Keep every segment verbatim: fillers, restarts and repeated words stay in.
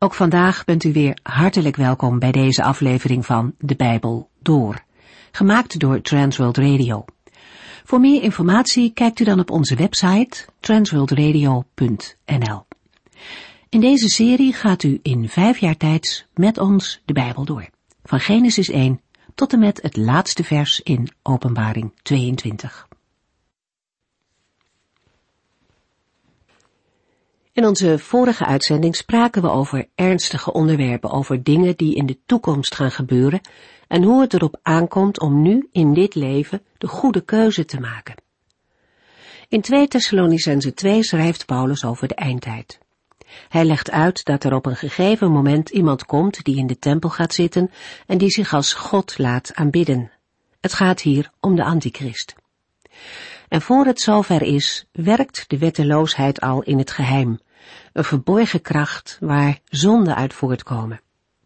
Ook vandaag bent u weer hartelijk welkom bij deze aflevering van De Bijbel Door, gemaakt door Transworld Radio. Voor meer informatie kijkt u dan op onze website transworld radio punt n l. In deze serie gaat u in vijf jaar tijd met ons de Bijbel door, van Genesis één tot en met het laatste vers in Openbaring tweeëntwintig. In onze vorige uitzending spraken we over ernstige onderwerpen, over dingen die in de toekomst gaan gebeuren en hoe het erop aankomt om nu in dit leven de goede keuze te maken. In twee Thessalonicenzen twee schrijft Paulus over de eindtijd. Hij legt uit dat er op een gegeven moment iemand komt die in de tempel gaat zitten en die zich als God laat aanbidden. Het gaat hier om de antichrist. En voor het zover is, werkt de wetteloosheid al in het geheim, een verborgen kracht waar zonden uit voortkomen.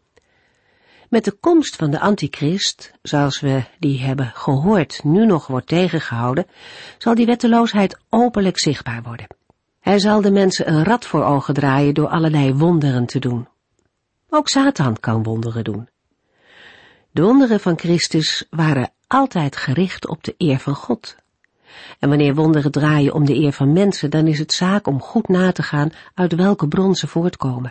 Met de komst van de antichrist, zoals we die hebben gehoord nu nog wordt tegengehouden, zal die wetteloosheid openlijk zichtbaar worden. Hij zal de mensen een rad voor ogen draaien door allerlei wonderen te doen. Ook Satan kan wonderen doen. De wonderen van Christus waren altijd gericht op de eer van God. En wanneer wonderen draaien om de eer van mensen, dan is het zaak om goed na te gaan uit welke bron ze voortkomen.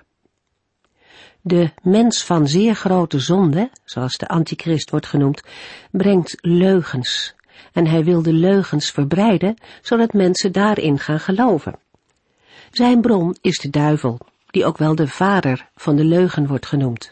De mens van zeer grote zonde, zoals de antichrist wordt genoemd, brengt leugens. En hij wil de leugens verbreiden, zodat mensen daarin gaan geloven. Zijn bron is de duivel, die ook wel de vader van de leugen wordt genoemd.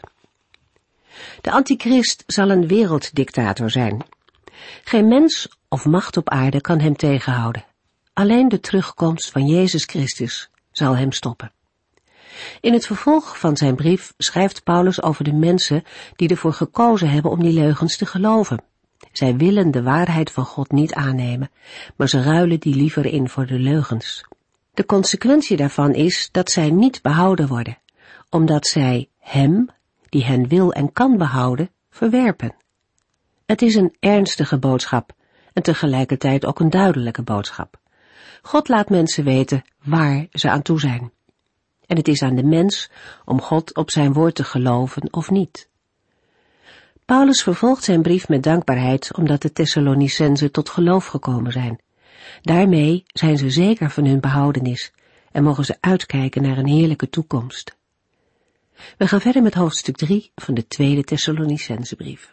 De antichrist zal een werelddictator zijn. Geen mens of macht op aarde kan hem tegenhouden. Alleen de terugkomst van Jezus Christus zal hem stoppen. In het vervolg van zijn brief schrijft Paulus over de mensen die ervoor gekozen hebben om die leugens te geloven. Zij willen de waarheid van God niet aannemen, maar ze ruilen die liever in voor de leugens. De consequentie daarvan is dat zij niet behouden worden, omdat zij hem, die hen wil en kan behouden, verwerpen. Het is een ernstige boodschap en tegelijkertijd ook een duidelijke boodschap. God laat mensen weten waar ze aan toe zijn. En het is aan de mens om God op zijn woord te geloven of niet. Paulus vervolgt zijn brief met dankbaarheid omdat de Thessalonicenzen tot geloof gekomen zijn. Daarmee zijn ze zeker van hun behoudenis en mogen ze uitkijken naar een heerlijke toekomst. We gaan verder met hoofdstuk drie van de tweede Thessalonicenzenbrief.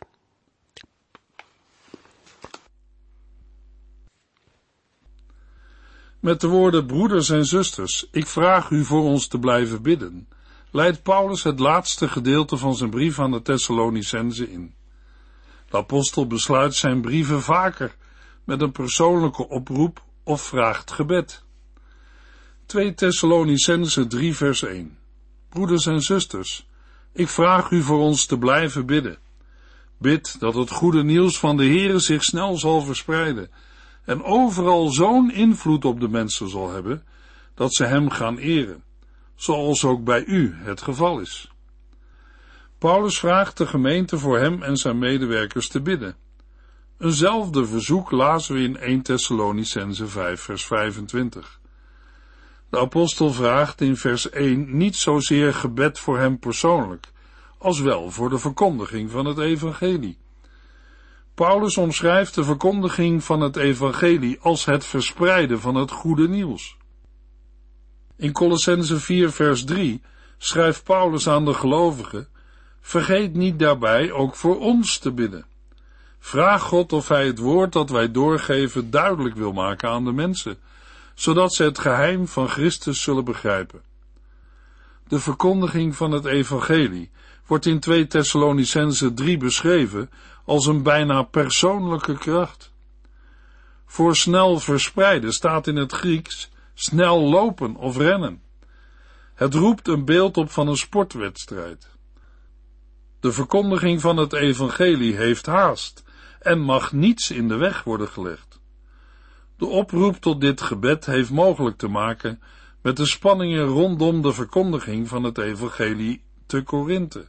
Met de woorden broeders en zusters, ik vraag u voor ons te blijven bidden, leidt Paulus het laatste gedeelte van zijn brief aan de Thessalonicenzen in. De apostel besluit zijn brieven vaker met een persoonlijke oproep of vraagt gebed. twee Thessalonicenzen drie vers één. Broeders en zusters, ik vraag u voor ons te blijven bidden. Bid dat het goede nieuws van de Heere zich snel zal verspreiden en overal zo'n invloed op de mensen zal hebben, dat ze hem gaan eren, zoals ook bij u het geval is. Paulus vraagt de gemeente voor hem en zijn medewerkers te bidden. Eenzelfde verzoek lazen we in eerste Thessalonicenzen vijf vers vijfentwintig. De apostel vraagt in vers één niet zozeer gebed voor hem persoonlijk, als wel voor de verkondiging van het evangelie. Paulus omschrijft de verkondiging van het evangelie als het verspreiden van het goede nieuws. In Kolossenzen vier vers drie schrijft Paulus aan de gelovigen: vergeet niet daarbij ook voor ons te bidden. Vraag God of hij het woord dat wij doorgeven duidelijk wil maken aan de mensen, zodat ze het geheim van Christus zullen begrijpen. De verkondiging van het evangelie wordt in twee Thessalonicenzen drie beschreven als een bijna persoonlijke kracht. Voor snel verspreiden staat in het Grieks snel lopen of rennen. Het roept een beeld op van een sportwedstrijd. De verkondiging van het evangelie heeft haast en mag niets in de weg worden gelegd. De oproep tot dit gebed heeft mogelijk te maken met de spanningen rondom de verkondiging van het evangelie te Korinthe.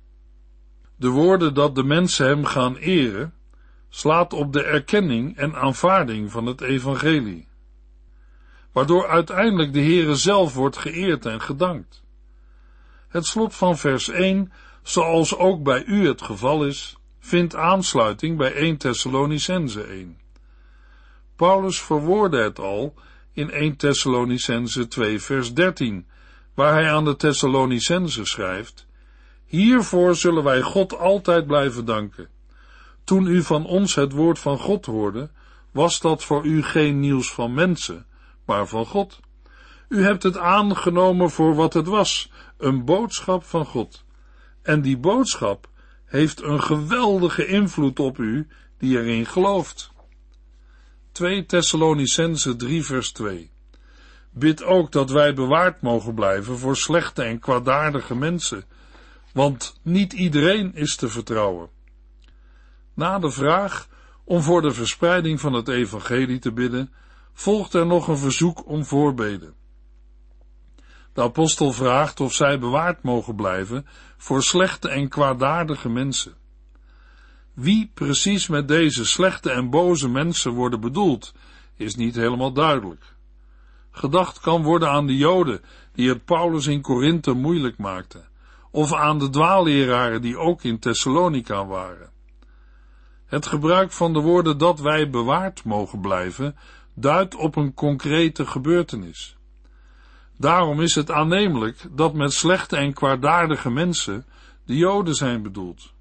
De woorden dat de mensen hem gaan eren, slaat op de erkenning en aanvaarding van het evangelie, waardoor uiteindelijk de Heere zelf wordt geëerd en gedankt. Het slot van vers één, zoals ook bij u het geval is, vindt aansluiting bij eerste Thessalonicenzen één. Paulus verwoordde het al in eerste Thessalonicenzen twee vers dertien, waar hij aan de Thessalonicenzen schrijft: hiervoor zullen wij God altijd blijven danken. Toen u van ons het woord van God hoorde, was dat voor u geen nieuws van mensen, maar van God. U hebt het aangenomen voor wat het was, een boodschap van God. En die boodschap heeft een geweldige invloed op u die erin gelooft. tweede Thessalonicenzen drie vers twee. Bid ook dat wij bewaard mogen blijven voor slechte en kwaadaardige mensen, want niet iedereen is te vertrouwen. Na de vraag om voor de verspreiding van het evangelie te bidden, volgt er nog een verzoek om voorbeden. De apostel vraagt of zij bewaard mogen blijven voor slechte en kwaadaardige mensen. Wie precies met deze slechte en boze mensen worden bedoeld, is niet helemaal duidelijk. Gedacht kan worden aan de Joden die het Paulus in Korinthe moeilijk maakten, of aan de dwaalleraren die ook in Thessalonica waren. Het gebruik van de woorden dat wij bewaard mogen blijven, duidt op een concrete gebeurtenis. Daarom is het aannemelijk dat met slechte en kwaadaardige mensen de Joden zijn bedoeld.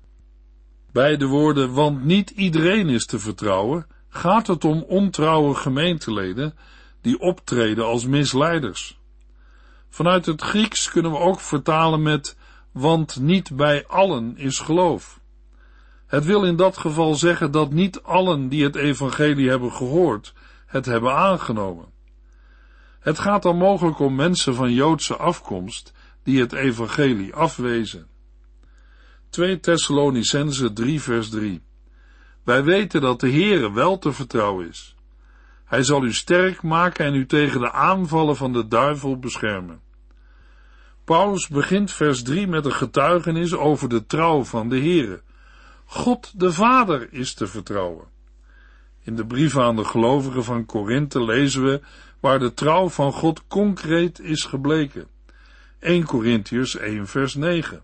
Bij de woorden, want niet iedereen is te vertrouwen, gaat het om ontrouwe gemeenteleden die optreden als misleiders. Vanuit het Grieks kunnen we ook vertalen met, want niet bij allen is geloof. Het wil in dat geval zeggen dat niet allen die het evangelie hebben gehoord, het hebben aangenomen. Het gaat dan mogelijk om mensen van Joodse afkomst die het evangelie afwezen. tweede Thessalonicenzen drie vers drie. Wij weten dat de Heere wel te vertrouwen is. Hij zal u sterk maken en u tegen de aanvallen van de duivel beschermen. Paulus begint vers drie met een getuigenis over de trouw van de Heere. God de Vader is te vertrouwen. In de brief aan de gelovigen van Korinthe lezen we waar de trouw van God concreet is gebleken. eerste Korintiërs één vers negen.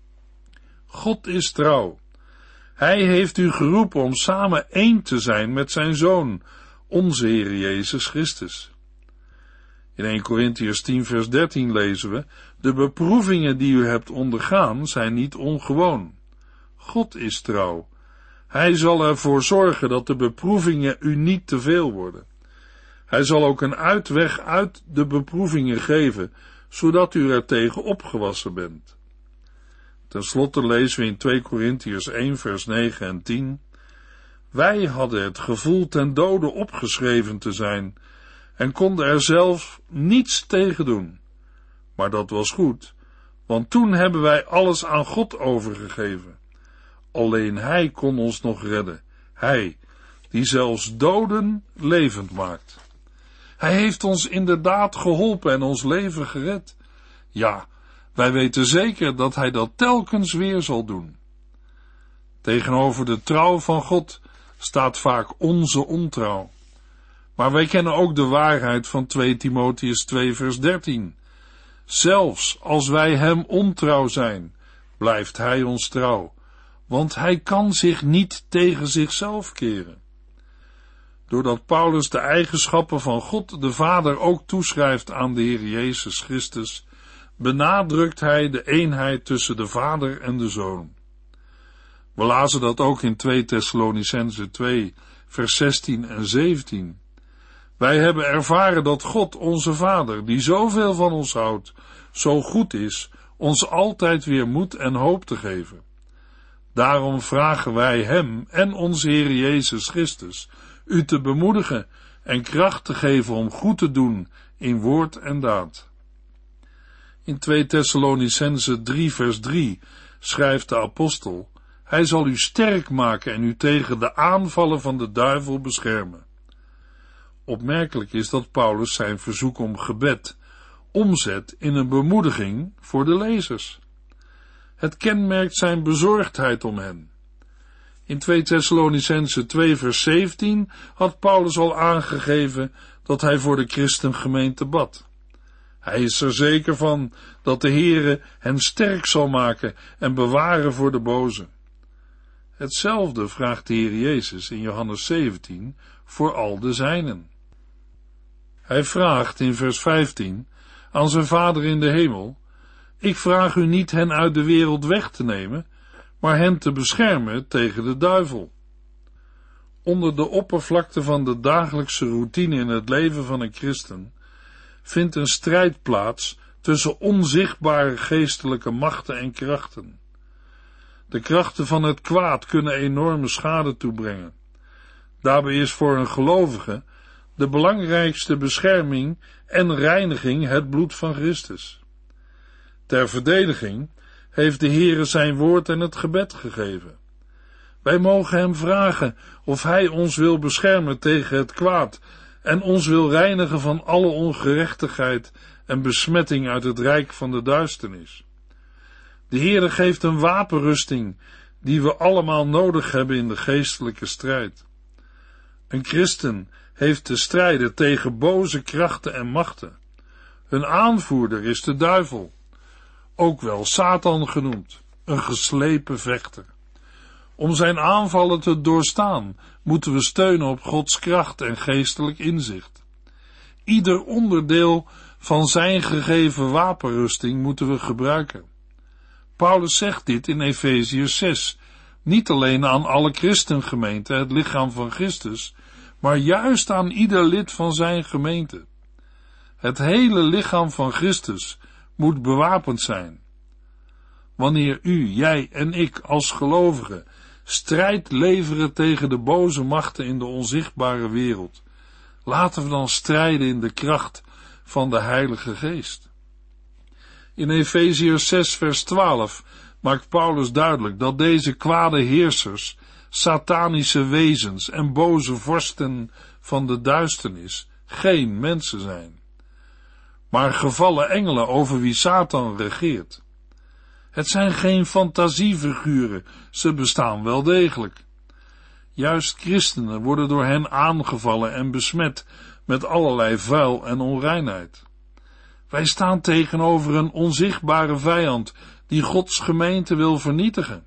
God is trouw. Hij heeft u geroepen om samen één te zijn met zijn Zoon, onze Heer Jezus Christus. In eerste Korintiërs tien vers dertien lezen we, de beproevingen die u hebt ondergaan zijn niet ongewoon. God is trouw. Hij zal ervoor zorgen dat de beproevingen u niet te veel worden. Hij zal ook een uitweg uit de beproevingen geven, zodat u er tegen opgewassen bent. Ten slotte lezen we in tweede Korintiërs één vers negen en tien. Wij hadden het gevoel ten dode opgeschreven te zijn en konden er zelf niets tegen doen. Maar dat was goed, want toen hebben wij alles aan God overgegeven. Alleen Hij kon ons nog redden. Hij, die zelfs doden levend maakt. Hij heeft ons inderdaad geholpen en ons leven gered. Ja, wij weten zeker dat Hij dat telkens weer zal doen. Tegenover de trouw van God staat vaak onze ontrouw. Maar wij kennen ook de waarheid van tweede Timotheüs twee vers dertien. Zelfs als wij Hem ontrouw zijn, blijft Hij ons trouw, want Hij kan zich niet tegen zichzelf keren. Doordat Paulus de eigenschappen van God de Vader ook toeschrijft aan de Heer Jezus Christus, benadrukt hij de eenheid tussen de Vader en de Zoon. We lazen dat ook in tweede Thessalonicenzen twee, vers zestien en zeventien. Wij hebben ervaren dat God, onze Vader, die zoveel van ons houdt, zo goed is, ons altijd weer moed en hoop te geven. Daarom vragen wij Hem en onze Heer Jezus Christus u te bemoedigen en kracht te geven om goed te doen in woord en daad. In tweede Thessalonicenzen drie vers drie schrijft de apostel, Hij zal u sterk maken en u tegen de aanvallen van de duivel beschermen. Opmerkelijk is dat Paulus zijn verzoek om gebed omzet in een bemoediging voor de lezers. Het kenmerkt zijn bezorgdheid om hen. In tweede Thessalonicenzen twee vers zeventien had Paulus al aangegeven dat hij voor de christengemeente bad. Hij is er zeker van dat de Heere hen sterk zal maken en bewaren voor de boze. Hetzelfde vraagt de Heer Jezus in Johannes zeventien voor al de zijnen. Hij vraagt in vers vijftien aan zijn Vader in de hemel: ik vraag u niet hen uit de wereld weg te nemen, maar hen te beschermen tegen de duivel. Onder de oppervlakte van de dagelijkse routine in het leven van een christen vindt een strijd plaats tussen onzichtbare geestelijke machten en krachten. De krachten van het kwaad kunnen enorme schade toebrengen. Daarbij is voor een gelovige de belangrijkste bescherming en reiniging het bloed van Christus. Ter verdediging heeft de Heere zijn woord en het gebed gegeven. Wij mogen hem vragen of hij ons wil beschermen tegen het kwaad en ons wil reinigen van alle ongerechtigheid en besmetting uit het rijk van de duisternis. De Heere geeft een wapenrusting die we allemaal nodig hebben in de geestelijke strijd. Een christen heeft te strijden tegen boze krachten en machten. Hun aanvoerder is de duivel, ook wel Satan genoemd, een geslepen vechter. Om zijn aanvallen te doorstaan, moeten we steunen op Gods kracht en geestelijk inzicht. Ieder onderdeel van zijn gegeven wapenrusting moeten we gebruiken. Paulus zegt dit in Efeziërs zes, niet alleen aan alle christengemeenten, het lichaam van Christus, maar juist aan ieder lid van zijn gemeente. Het hele lichaam van Christus moet bewapend zijn. Wanneer u, jij en ik als gelovigen strijd leveren tegen de boze machten in de onzichtbare wereld, laten we dan strijden in de kracht van de Heilige Geest. In Efeziërs zes vers twaalf maakt Paulus duidelijk dat deze kwade heersers, satanische wezens en boze vorsten van de duisternis geen mensen zijn, maar gevallen engelen over wie Satan regeert. Het zijn geen fantasiefiguren, ze bestaan wel degelijk. Juist christenen worden door hen aangevallen en besmet met allerlei vuil en onreinheid. Wij staan tegenover een onzichtbare vijand die Gods gemeente wil vernietigen.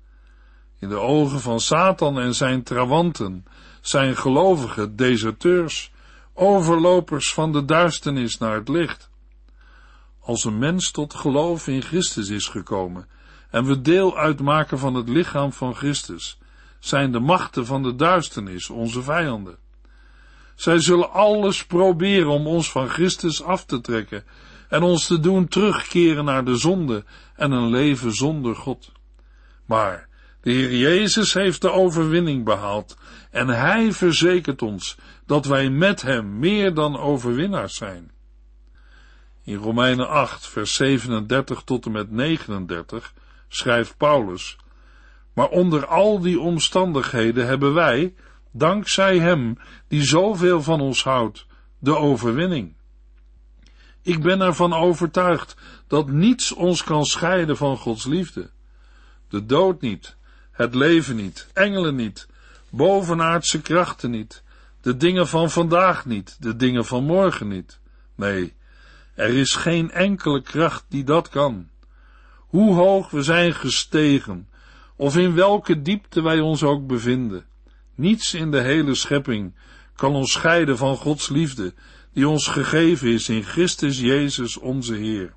In de ogen van Satan en zijn trawanten zijn gelovigen deserteurs, overlopers van de duisternis naar het licht. Als een mens tot geloof in Christus is gekomen en we deel uitmaken van het lichaam van Christus, zijn de machten van de duisternis onze vijanden. Zij zullen alles proberen om ons van Christus af te trekken en ons te doen terugkeren naar de zonde en een leven zonder God. Maar de Heer Jezus heeft de overwinning behaald en Hij verzekert ons dat wij met Hem meer dan overwinnaars zijn. In Romeinen acht, vers zevenendertig tot en met negenendertig schrijft Paulus: maar onder al die omstandigheden hebben wij, dankzij Hem die zoveel van ons houdt, de overwinning. Ik ben ervan overtuigd dat niets ons kan scheiden van Gods liefde. De dood niet, het leven niet, engelen niet, bovenaardse krachten niet, de dingen van vandaag niet, de dingen van morgen niet. Nee, er is geen enkele kracht die dat kan. Hoe hoog we zijn gestegen, of in welke diepte wij ons ook bevinden, niets in de hele schepping kan ons scheiden van Gods liefde, die ons gegeven is in Christus Jezus onze Heer.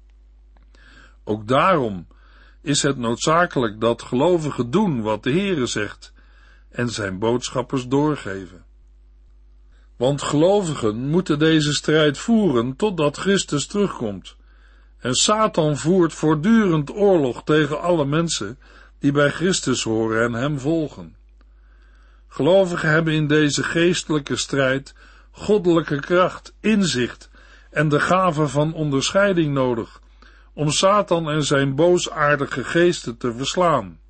Ook daarom is het noodzakelijk dat gelovigen doen wat de Heere zegt en zijn boodschappers doorgeven. Want gelovigen moeten deze strijd voeren totdat Christus terugkomt. En Satan voert voortdurend oorlog tegen alle mensen die bij Christus horen en hem volgen. Gelovigen hebben in deze geestelijke strijd goddelijke kracht, inzicht en de gave van onderscheiding nodig om Satan en zijn boosaardige geesten te verslaan.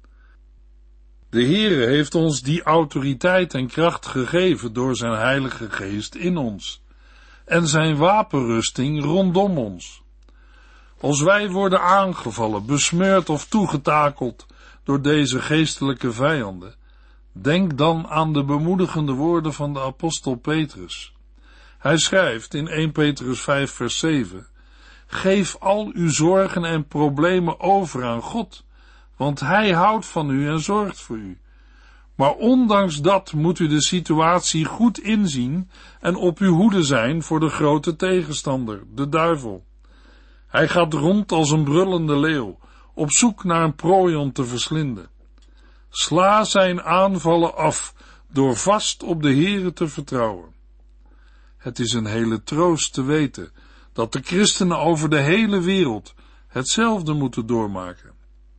De Heere heeft ons die autoriteit en kracht gegeven door zijn Heilige Geest in ons en zijn wapenrusting rondom ons. Als wij worden aangevallen, besmeurd of toegetakeld door deze geestelijke vijanden, denk dan aan de bemoedigende woorden van de apostel Petrus. Hij schrijft in eerste Petrus vijf vers zeven: Geef al uw zorgen en problemen over aan God, want Hij houdt van u en zorgt voor u. Maar ondanks dat moet u de situatie goed inzien en op uw hoede zijn voor de grote tegenstander, de duivel. Hij gaat rond als een brullende leeuw, op zoek naar een prooi om te verslinden. Sla zijn aanvallen af door vast op de Heere te vertrouwen. Het is een hele troost te weten dat de christenen over de hele wereld hetzelfde moeten doormaken.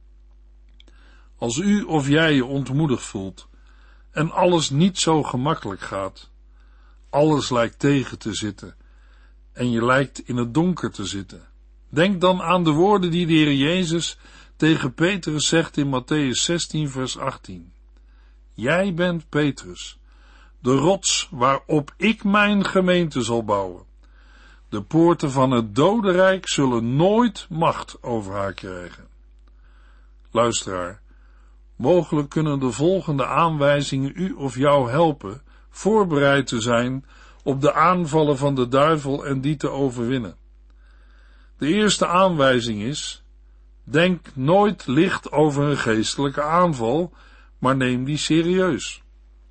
Als u of jij je ontmoedigd voelt en alles niet zo gemakkelijk gaat, alles lijkt tegen te zitten en je lijkt in het donker te zitten, denk dan aan de woorden die de Heer Jezus tegen Petrus zegt in Mattheüs zestien vers achttien. Jij bent Petrus, de rots waarop ik mijn gemeente zal bouwen. De poorten van het dodenrijk zullen nooit macht over haar krijgen. Luisteraar, mogelijk kunnen de volgende aanwijzingen u of jou helpen voorbereid te zijn op de aanvallen van de duivel en die te overwinnen. De eerste aanwijzing is: denk nooit licht over een geestelijke aanval, maar neem die serieus.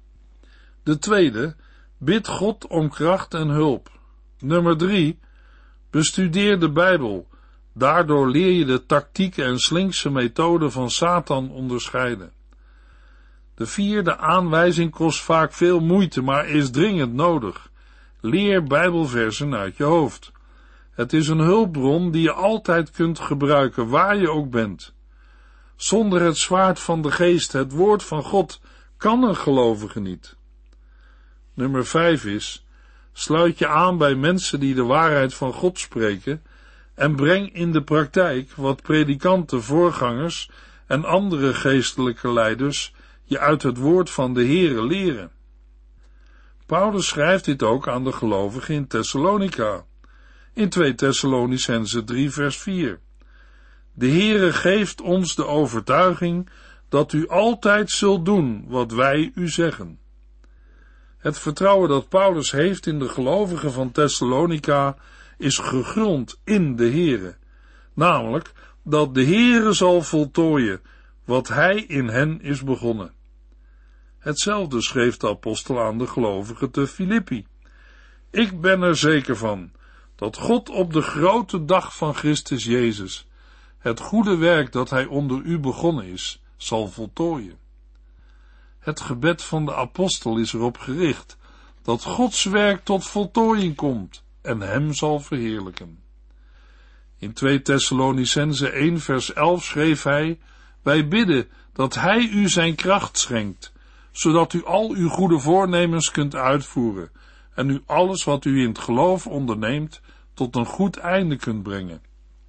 De tweede, bid God om kracht en hulp. Nummer drie, bestudeer de Bijbel. Daardoor leer je de tactieken en slinkse methoden van Satan onderscheiden. De vierde aanwijzing kost vaak veel moeite, maar is dringend nodig. Leer Bijbelversen uit je hoofd. Het is een hulpbron die je altijd kunt gebruiken, waar je ook bent. Zonder het zwaard van de geest, het woord van God, kan een gelovige niet. Nummer vijf is: sluit je aan bij mensen die de waarheid van God spreken en breng in de praktijk wat predikanten, voorgangers en andere geestelijke leiders je uit het woord van de Heere leren. Paulus schrijft dit ook aan de gelovigen in Thessalonica, in twee Thessalonicenzen drie vers vier. De Heere geeft ons de overtuiging dat u altijd zult doen wat wij u zeggen. Het vertrouwen dat Paulus heeft in de gelovigen van Thessalonica is gegrond in de Heere, namelijk dat de Heere zal voltooien wat hij in hen is begonnen. Hetzelfde schreef de apostel aan de gelovigen te Filippi. Ik ben er zeker van dat God op de grote dag van Christus Jezus het goede werk dat hij onder u begonnen is, zal voltooien. Het gebed van de apostel is erop gericht dat Gods werk tot voltooiing komt en hem zal verheerlijken. In twee Thessalonicenzen één vers elf schreef hij: wij bidden dat hij u zijn kracht schenkt, zodat u al uw goede voornemens kunt uitvoeren en u alles wat u in het geloof onderneemt tot een goed einde kunt brengen.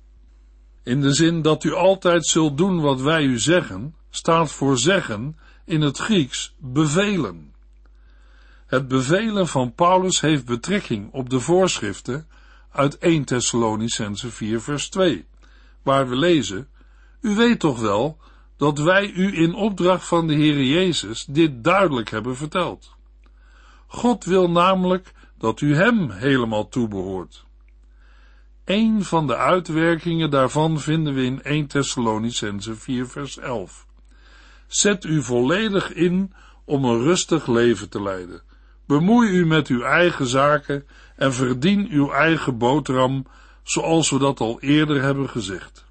In de zin dat u altijd zult doen wat wij u zeggen, staat voor zeggen in het Grieks bevelen. Het bevelen van Paulus heeft betrekking op de voorschriften uit één Thessalonicenzen vier vers twee, waar we lezen: u weet toch wel dat wij u in opdracht van de Heere Jezus dit duidelijk hebben verteld. God wil namelijk dat u hem helemaal toebehoort. Een van de uitwerkingen daarvan vinden we in één Thessalonicenzen vier vers elf. Zet u volledig in om een rustig leven te leiden. Bemoei u met uw eigen zaken en verdien uw eigen boterham, zoals we dat al eerder hebben gezegd.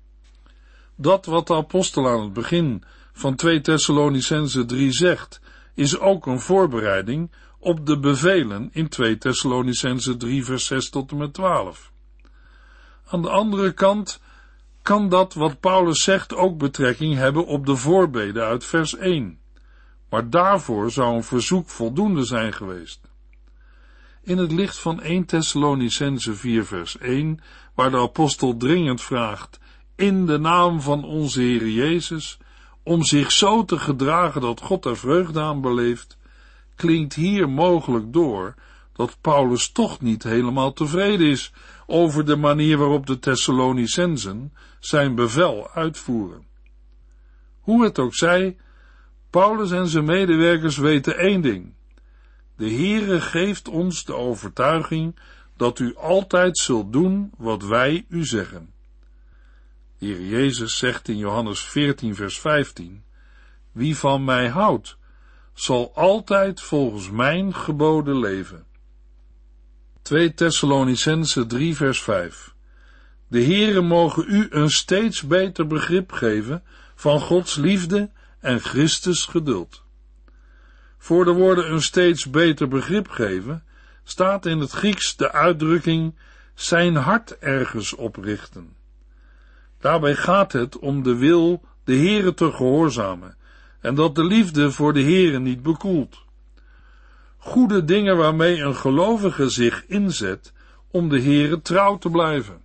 Dat wat de apostel aan het begin van twee Thessalonicenzen drie zegt, is ook een voorbereiding op de bevelen in twee Thessalonicenzen drie vers zes tot en met twaalf. Aan de andere kant kan dat wat Paulus zegt ook betrekking hebben op de voorbeden uit vers één. Maar daarvoor zou een verzoek voldoende zijn geweest. In het licht van één Thessalonicenzen vier vers één, waar de apostel dringend vraagt, in de naam van onze Heere Jezus, om zich zo te gedragen dat God er vreugde aan beleeft, klinkt hier mogelijk door dat Paulus toch niet helemaal tevreden is over de manier waarop de Thessalonicenzen zijn bevel uitvoeren. Hoe het ook zij, Paulus en zijn medewerkers weten één ding: de Heere geeft ons de overtuiging dat u altijd zult doen wat wij u zeggen. De Heer Jezus zegt in Johannes veertien vers vijftien, wie van mij houdt, zal altijd volgens mijn geboden leven. twee Thessalonicenzen drie vers vijf. De Heere mogen u een steeds beter begrip geven van Gods liefde en Christus geduld. Voor de woorden een steeds beter begrip geven, staat in het Grieks de uitdrukking zijn hart ergens oprichten. Daarbij gaat het om de wil de Heere te gehoorzamen en dat de liefde voor de Heere niet bekoelt. Goede dingen waarmee een gelovige zich inzet om de Heere trouw te blijven.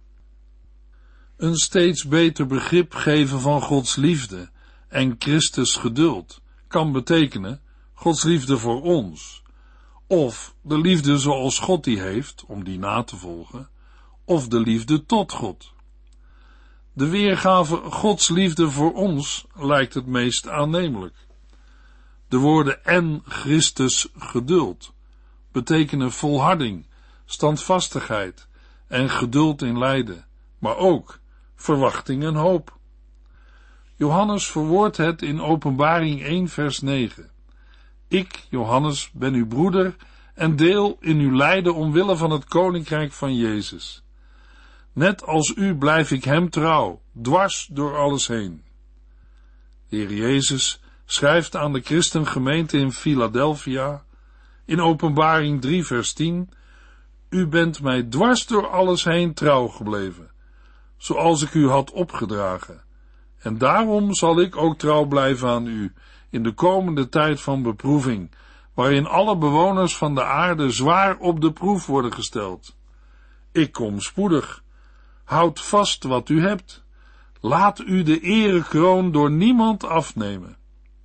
Een steeds beter begrip geven van Gods liefde en Christus geduld kan betekenen Gods liefde voor ons, of de liefde zoals God die heeft, om die na te volgen, of de liefde tot God. De weergave Gods liefde voor ons lijkt het meest aannemelijk. De woorden en Christus geduld betekenen volharding, standvastigheid en geduld in lijden, maar ook verwachting en hoop. Johannes verwoordt het in Openbaring één vers negen. Ik, Johannes, ben uw broeder en deel in uw lijden omwille van het koninkrijk van Jezus. Net als u blijf ik hem trouw, dwars door alles heen. De Heer Jezus schrijft aan de christengemeente in Philadelphia, in Openbaring drie vers tien, u bent mij dwars door alles heen trouw gebleven, zoals ik u had opgedragen. En daarom zal ik ook trouw blijven aan u, in de komende tijd van beproeving, waarin alle bewoners van de aarde zwaar op de proef worden gesteld. Ik kom spoedig. Houd vast wat u hebt. Laat u de erekroon door niemand afnemen.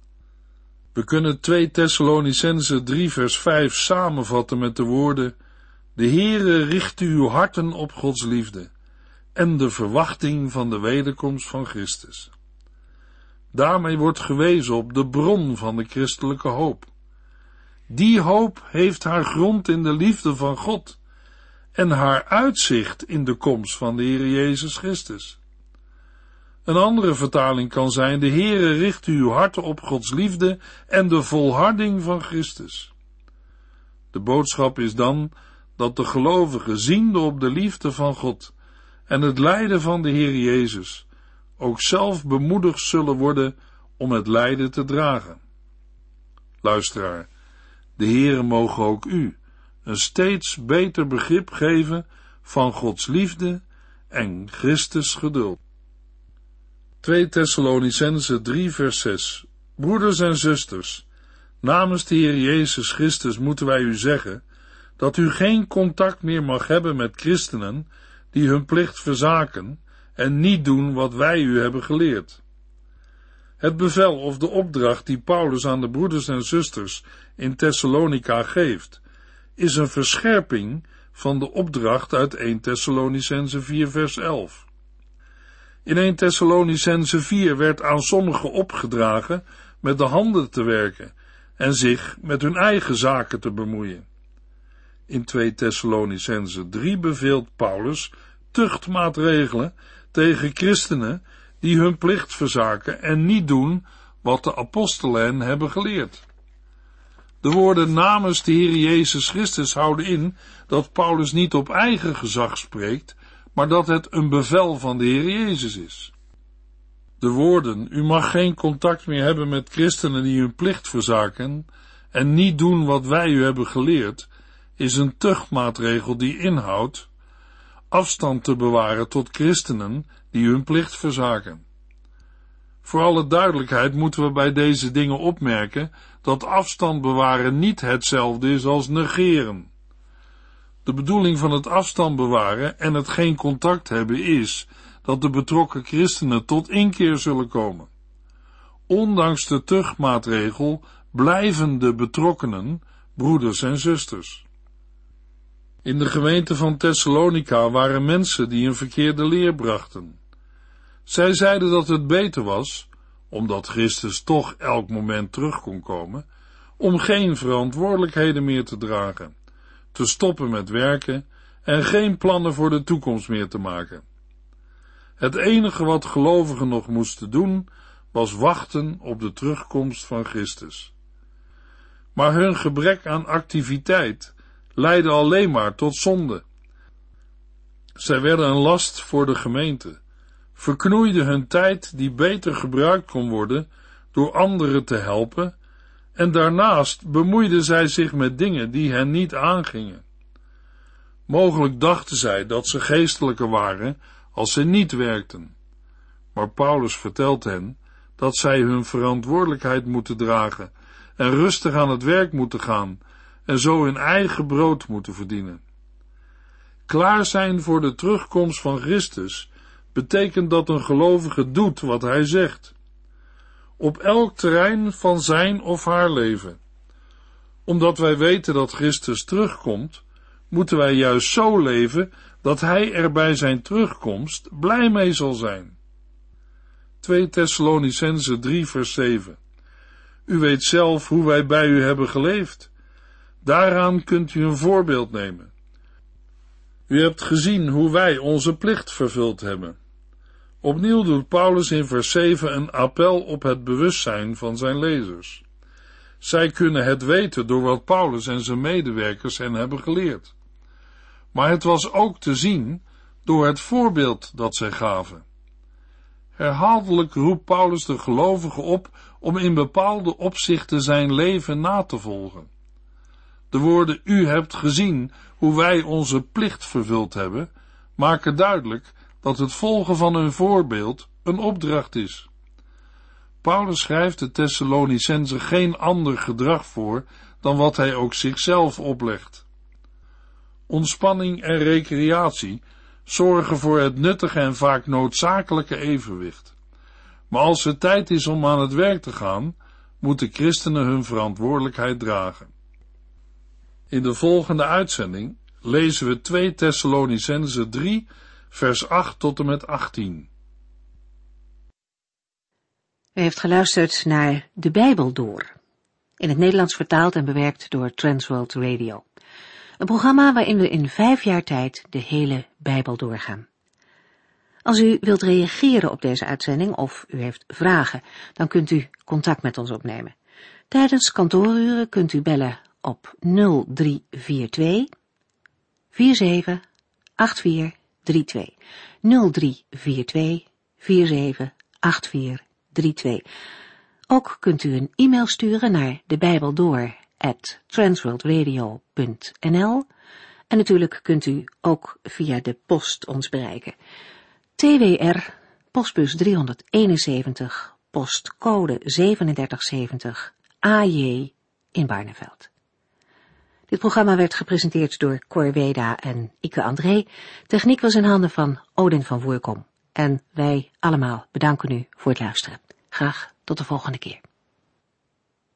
We kunnen twee Thessalonicenzen drie vers vijf samenvatten met de woorden, de Heere richt uw harten op Gods liefde en de verwachting van de wederkomst van Christus. Daarmee wordt gewezen op de bron van de christelijke hoop. Die hoop heeft haar grond in de liefde van God en haar uitzicht in de komst van de Heer Jezus Christus. Een andere vertaling kan zijn, de Heere richt uw harten op Gods liefde en de volharding van Christus. De boodschap is dan dat de gelovigen, ziende op de liefde van God en het lijden van de Heer Jezus, ook zelf bemoedigd zullen worden om het lijden te dragen. Luisteraar, de Heere mogen ook u een steeds beter begrip geven van Gods liefde en Christus geduld. twee Thessalonicenzen drie vers zes. Broeders en zusters, namens de Heer Jezus Christus moeten wij u zeggen dat u geen contact meer mag hebben met christenen die hun plicht verzaken en niet doen wat wij u hebben geleerd. Het bevel of de opdracht die Paulus aan de broeders en zusters in Thessalonica geeft, is een verscherping van de opdracht uit eerste Thessalonicenzen vier vers elf. In eerste Thessalonicenzen vier werd aan sommigen opgedragen met de handen te werken en zich met hun eigen zaken te bemoeien. In twee Thessalonicenzen drie beveelt Paulus tuchtmaatregelen tegen christenen die hun plicht verzaken en niet doen wat de apostelen hen hebben geleerd. De woorden namens de Heer Jezus Christus houden in dat Paulus niet op eigen gezag spreekt, maar dat het een bevel van de Heer Jezus is. De woorden, u mag geen contact meer hebben met christenen die hun plicht verzaken en niet doen wat wij u hebben geleerd, is een tuchtmaatregel die inhoudt afstand te bewaren tot christenen die hun plicht verzaken. Voor alle duidelijkheid moeten we bij deze dingen opmerken dat afstand bewaren niet hetzelfde is als negeren. De bedoeling van het afstand bewaren en het geen contact hebben is dat de betrokken christenen tot inkeer zullen komen. Ondanks de tuchtmaatregel blijven de betrokkenen broeders en zusters. In de gemeente van Thessalonica waren mensen die een verkeerde leer brachten. Zij zeiden dat het beter was, omdat Christus toch elk moment terug kon komen, om geen verantwoordelijkheden meer te dragen, te stoppen met werken en geen plannen voor de toekomst meer te maken. Het enige wat gelovigen nog moesten doen, was wachten op de terugkomst van Christus. Maar hun gebrek aan activiteit leidde alleen maar tot zonde. Zij werden een last voor de gemeente, verknoeiden hun tijd die beter gebruikt kon worden door anderen te helpen, en daarnaast bemoeiden zij zich met dingen die hen niet aangingen. Mogelijk dachten zij dat ze geestelijker waren als ze niet werkten. Maar Paulus vertelt hen dat zij hun verantwoordelijkheid moeten dragen en rustig aan het werk moeten gaan en zo hun eigen brood moeten verdienen. Klaar zijn voor de terugkomst van Christus betekent dat een gelovige doet wat hij zegt. Op elk terrein van zijn of haar leven. Omdat wij weten dat Christus terugkomt, moeten wij juist zo leven dat hij er bij zijn terugkomst blij mee zal zijn. twee Thessalonicenzen drie vers zeven. U weet zelf hoe wij bij u hebben geleefd. Daaraan kunt u een voorbeeld nemen. U hebt gezien hoe wij onze plicht vervuld hebben. Opnieuw doet Paulus in vers zeven een appel op het bewustzijn van zijn lezers. Zij kunnen het weten door wat Paulus en zijn medewerkers hen hebben geleerd. Maar het was ook te zien door het voorbeeld dat zij gaven. Herhaaldelijk roept Paulus de gelovigen op om in bepaalde opzichten zijn leven na te volgen. De woorden u hebt gezien hoe wij onze plicht vervuld hebben, maken duidelijk dat het volgen van hun voorbeeld een opdracht is. Paulus schrijft de Thessalonicenzen geen ander gedrag voor dan wat hij ook zichzelf oplegt. Ontspanning en recreatie zorgen voor het nuttige en vaak noodzakelijke evenwicht. Maar als het tijd is om aan het werk te gaan, moeten christenen hun verantwoordelijkheid dragen. In de volgende uitzending lezen we twee Thessalonicenzen drie, vers acht tot en met achttien. U heeft geluisterd naar De Bijbel Door, in het Nederlands vertaald en bewerkt door Transworld Radio. Een programma waarin we in vijf jaar tijd de hele Bijbel doorgaan. Als u wilt reageren op deze uitzending of u heeft vragen, dan kunt u contact met ons opnemen. Tijdens kantooruren kunt u bellen op nul drie vier twee, vier zeven acht vier drie twee. nul drie vier twee, vier zeven acht vier drie twee. Ook kunt u een e-mail sturen naar debijbeldoor at transworldradio punt n l en natuurlijk kunt u ook via de post ons bereiken. T W R, postbus driehonderdeenenzeventig, postcode zevenendertig zeventig, A J in Barneveld. Dit programma werd gepresenteerd door Cor Weda en Ike André. Techniek was in handen van Odin van Voorkom. En wij allemaal bedanken u voor het luisteren. Graag tot de volgende keer.